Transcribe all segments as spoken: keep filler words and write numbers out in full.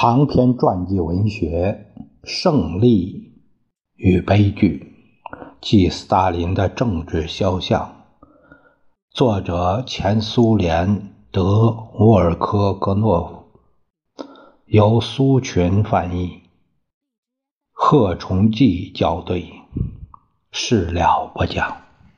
长篇传记文学《胜利与悲剧》，即斯大林的政治肖像，作者前苏联德沃尔科格诺夫，由苏群翻译，贺崇济校对，事了不讲。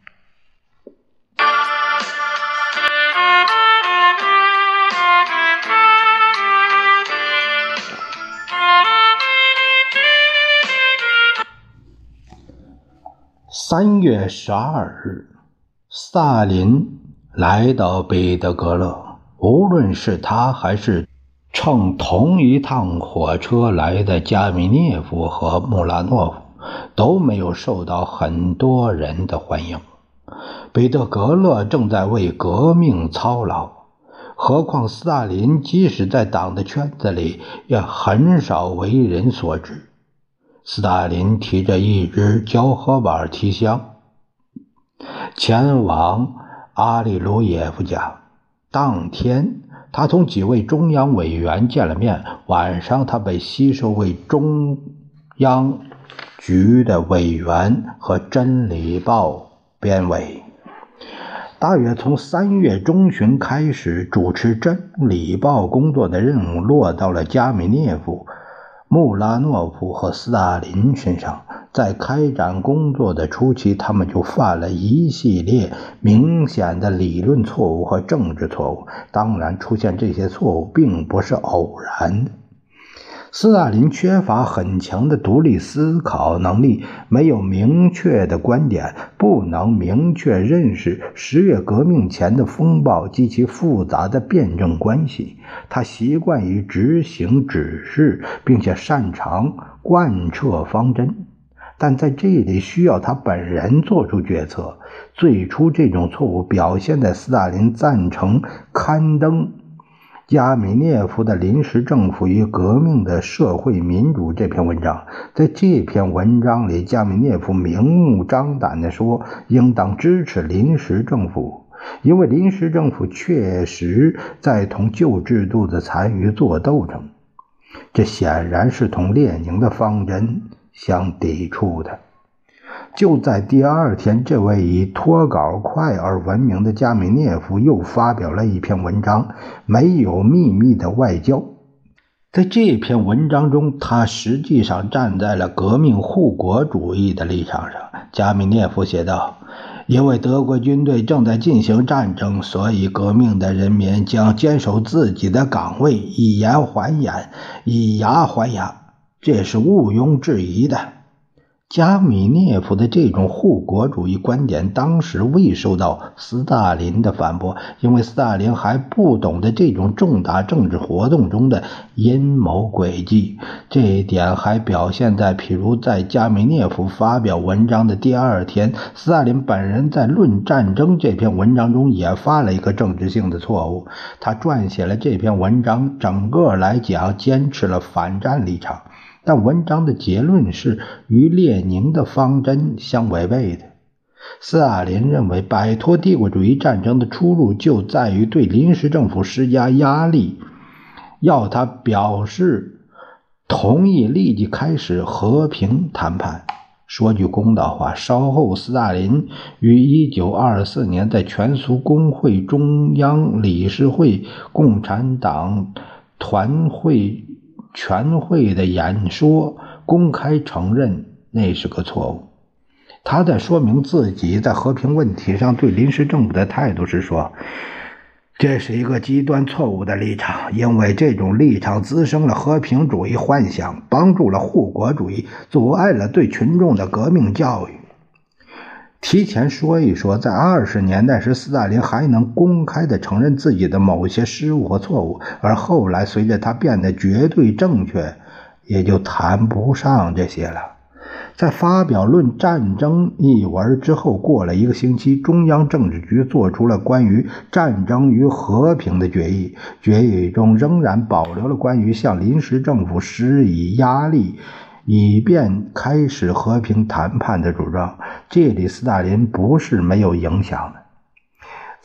三月十二日，斯大林来到彼得格勒，无论是他还是乘同一趟火车来的加米涅夫和穆拉诺夫都没有受到很多人的欢迎。彼得格勒正在为革命操劳，何况斯大林即使在党的圈子里也很少为人所知。斯大林提着一只胶合板提箱前往阿里卢耶夫家。当天他同几位中央委员见了面，晚上他被吸收为中央局的委员和真理报编委。大约从三月中旬开始，主持真理报工作的任务落到了加米涅夫、穆拉诺夫和斯大林身上。在开展工作的初期，他们就犯了一系列明显的理论错误和政治错误。当然，出现这些错误并不是偶然的。斯大林缺乏很强的独立思考能力，没有明确的观点，不能明确认识十月革命前的风暴及其复杂的辩证关系。他习惯于执行指示，并且擅长贯彻方针，但在这里需要他本人做出决策。最初这种错误表现在斯大林赞成刊登加米涅夫的《临时政府与革命的社会民主》这篇文章。在这篇文章里，加米涅夫明目张胆地说应当支持临时政府，因为临时政府确实在同旧制度的残余做斗争。这显然是同列宁的方针相抵触的。就在第二天，这位以脱稿快而闻名的加米涅夫又发表了一篇文章，没有秘密的外交。在这篇文章中，他实际上站在了革命护国主义的立场上。加米涅夫写道，因为德国军队正在进行战争，所以革命的人民将坚守自己的岗位，以眼还眼，以牙还牙，这是毋庸置疑的。加米涅夫的这种护国主义观点当时未受到斯大林的反驳，因为斯大林还不懂得这种重大政治活动中的阴谋诡计。这一点还表现在譬如在加米涅夫发表文章的第二天，斯大林本人在《论战争》这篇文章中也犯了一个政治性的错误。他撰写了这篇文章，整个来讲坚持了反战立场，但文章的结论是与列宁的方针相违背的。斯大林认为，摆脱帝国主义战争的出路就在于对临时政府施加压力，要他表示同意立即开始和平谈判。说句公道话，稍后斯大林于一九二四年在全苏工会中央理事会共产党团会全会的演说公开承认那是个错误。他在说明自己在和平问题上对临时政府的态度时说，这是一个极端错误的立场，因为这种立场滋生了和平主义幻想，帮助了护国主义，阻碍了对群众的革命教育。提前说一说，在二十年代时，斯大林还能公开地承认自己的某些失误和错误，而后来随着他变得绝对正确，也就谈不上这些了。在发表《论战争》一文之后，过了一个星期，中央政治局做出了关于战争与和平的决议，决议中仍然保留了关于向临时政府施以压力以便开始和平谈判的主张。这里斯大林不是没有影响的。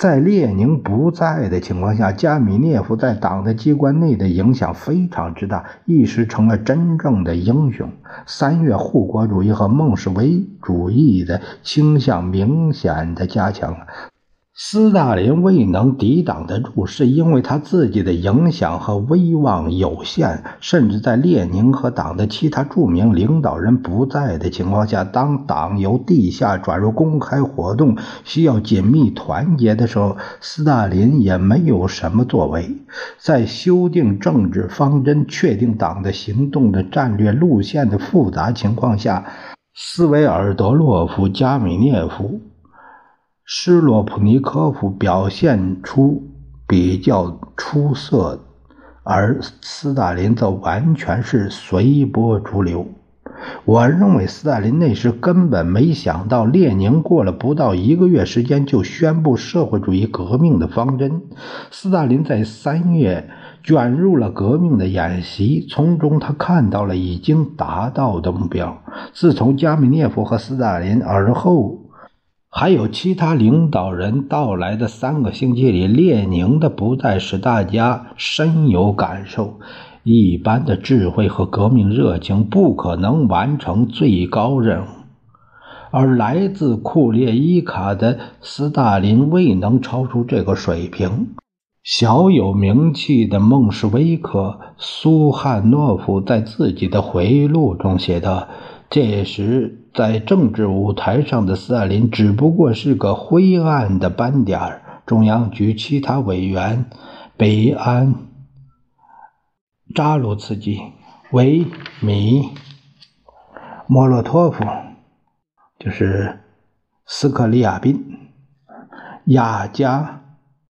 在列宁不在的情况下，加米涅夫在党的机关内的影响非常之大，一时成了真正的英雄。三月，护国主义和孟什维主义的倾向明显的加强了。斯大林未能抵挡得住，是因为他自己的影响和威望有限，甚至在列宁和党的其他著名领导人不在的情况下，当党由地下转入公开活动需要紧密团结的时候，斯大林也没有什么作为。在修订政治方针、确定党的行动的战略路线的复杂情况下，斯维尔德洛夫、加米涅夫、施罗普尼科夫表现出比较出色，而斯大林则完全是随波逐流。我认为斯大林那时根本没想到列宁过了不到一个月时间就宣布社会主义革命的方针。斯大林在三月卷入了革命的演习，从中他看到了已经达到的目标。自从加米涅夫和斯大林而后还有其他领导人到来的三个星期里，列宁的不在使大家深有感受。一般的智慧和革命热情不可能完成最高任务，而来自库列伊卡的斯大林未能超出这个水平。小有名气的孟什维克苏汉诺夫在自己的回忆录中写道，这时在政治舞台上的斯大林只不过是个灰暗的斑点。中央局其他委员北安、扎鲁茨基、维米、莫洛托夫，就是斯克里亚宾、雅加、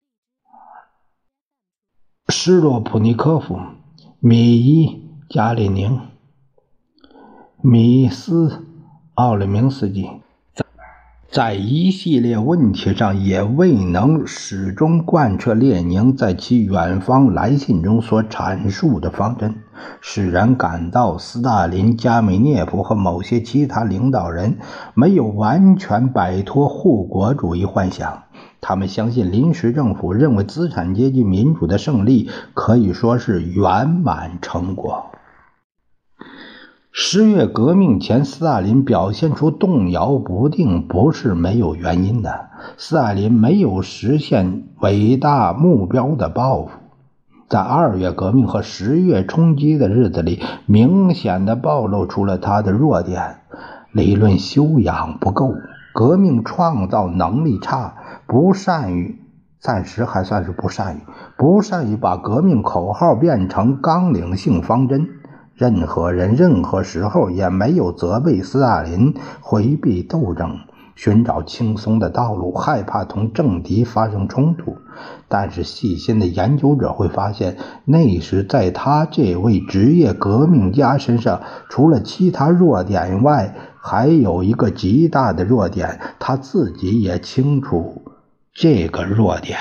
施洛普尼科夫、米伊加里宁、米斯奥利明斯基，在一系列问题上也未能始终贯彻列宁在其远方来信中所阐述的方针，使人感到斯大林、加米涅夫和某些其他领导人没有完全摆脱护国主义幻想。他们相信临时政府，认为资产阶级民主的胜利可以说是圆满成果。十月革命前，斯大林表现出动摇不定不是没有原因的。斯大林没有实现伟大目标的抱负，在二月革命和十月冲击的日子里，明显地暴露出了他的弱点：理论修养不够，革命创造能力差，不善于暂时还算是不善于不善于把革命口号变成纲领性方针。任何人任何时候也没有责备斯大林回避斗争，寻找轻松的道路，害怕同政敌发生冲突。但是细心的研究者会发现，那时在他这位职业革命家身上，除了其他弱点外，还有一个极大的弱点，他自己也清楚这个弱点。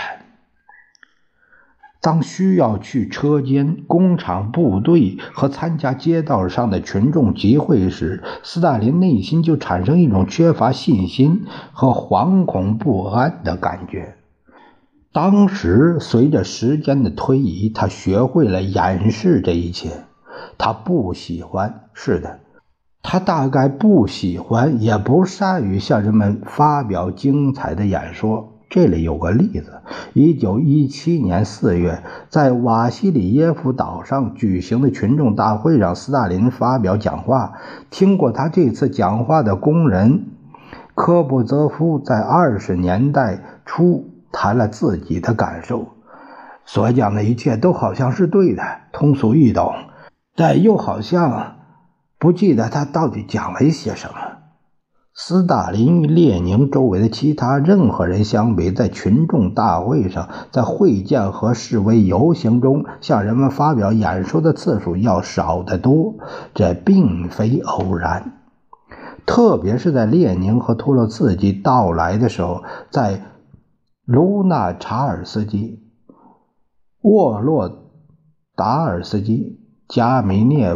当需要去车间、工厂、部队和参加街道上的群众集会时，斯大林内心就产生一种缺乏信心和惶恐不安的感觉。当时随着时间的推移，他学会了掩饰这一切。他不喜欢，是的，他大概不喜欢也不善于向人们发表精彩的演说。这里有个例子，一九一七年四月，在瓦西里耶夫岛上举行的群众大会上，斯大林发表讲话。听过他这次讲话的工人科布泽夫在二十年代初谈了自己的感受，所讲的一切都好像是对的，通俗易懂，但又好像不记得他到底讲了一些什么。斯大林与列宁周围的其他任何人相比，在群众大会上、在会见和示威游行中向人们发表演说的次数要少得多，这并非偶然。特别是在列宁和托洛茨基到来的时候，在卢纳查尔斯基、沃洛达尔斯基、加米涅夫、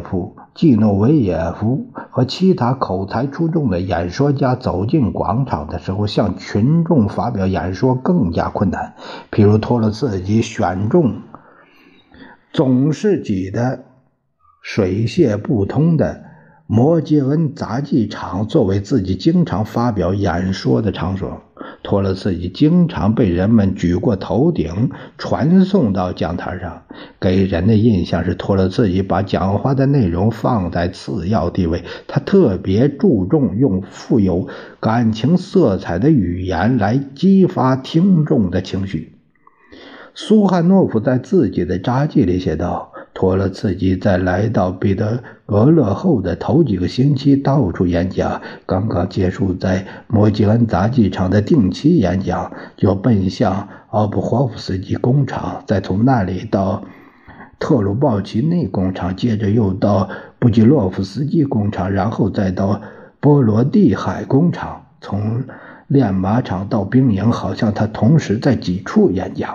季诺维耶夫和其他口才出众的演说家走进广场的时候，向群众发表演说更加困难。譬如托洛茨基选中总是挤得水泄不通的摩吉恩杂技场作为自己经常发表演说的场所。托洛茨基经常被人们举过头顶传送到讲台上，给人的印象是托洛茨基把讲话的内容放在次要地位，他特别注重用富有感情色彩的语言来激发听众的情绪。苏汉诺夫在自己的札记里写道，托洛茨基在来到彼得格勒后的头几个星期到处演讲，刚刚结束在摩吉恩杂技场的定期演讲，就奔向奥布霍夫斯基工厂，再从那里到特鲁鲍奇内工厂，接着又到布基洛夫斯基工厂，然后再到波罗的海工厂，从练马场到兵营，好像他同时在几处演讲。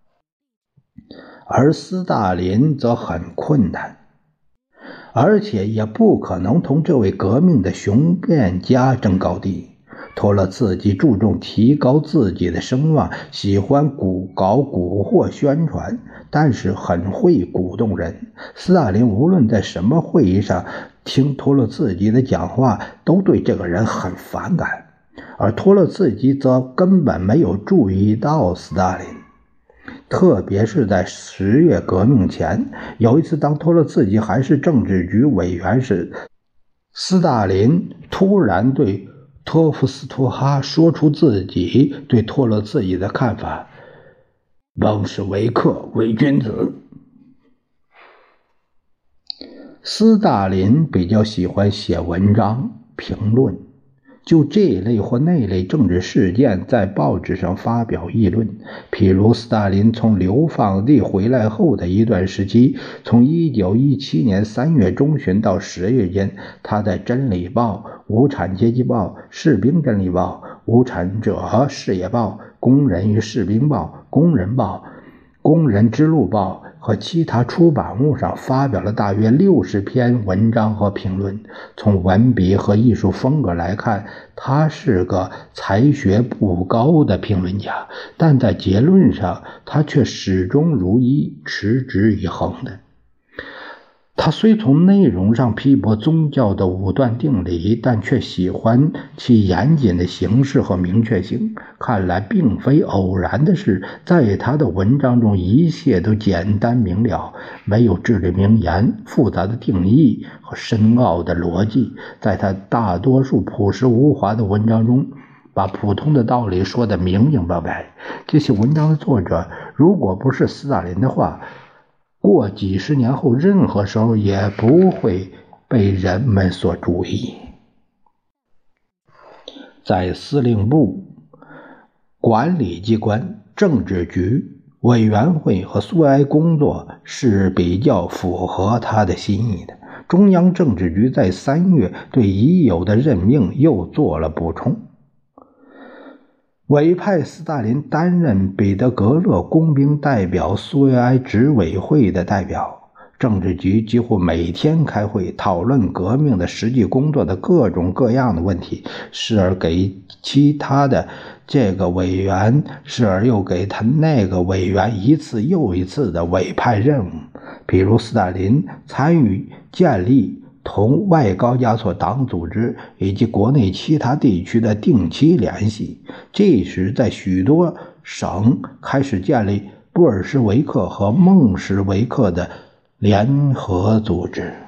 而斯大林则很困难，而且也不可能同这位革命的雄辩家争高低。托洛茨基注重提高自己的声望，喜欢鼓搞蛊惑宣传，但是很会鼓动人。斯大林无论在什么会议上听托洛茨基的讲话，都对这个人很反感，而托洛茨基则根本没有注意到斯大林。特别是在十月革命前，有一次当托洛茨基还是政治局委员时，斯大林突然对托夫斯托哈说出自己对托洛茨基的看法：翁什维克伪君子。斯大林比较喜欢写文章评论，就这类或那类政治事件在报纸上发表议论。譬如斯大林从流放地回来后的一段时期，从一九一七年三月中旬到十月间，他在真理报、无产阶级报、士兵真理报、无产者事业报、工人与士兵报、工人报、工人之路报和其他出版物上发表了大约六十篇文章和评论。从文笔和艺术风格来看，他是个才学不高的评论家，但在结论上他却始终如一，持之以恒的。他虽从内容上批驳宗教的武断定理，但却喜欢其严谨的形式和明确性。看来并非偶然的是，在他的文章中一切都简单明了，没有至理名言、复杂的定义和深奥的逻辑。在他大多数朴实无华的文章中，把普通的道理说得明明白白。这些文章的作者如果不是斯大林的话，过几十年后任何时候也不会被人们所注意。在司令部、管理机关、政治局、委员会和苏维埃工作是比较符合他的心意的。中央政治局在三月对已有的任命又做了补充，委派斯大林担任彼得格勒工兵代表苏维埃执委会的代表。政治局几乎每天开会，讨论革命的实际工作的各种各样的问题，时而给其他的这个委员，时而又给他那个委员一次又一次的委派任务。比如斯大林参与建立同外高加索党组织以及国内其他地区的定期联系，这时在许多省开始建立布尔什维克和孟什维克的联合组织。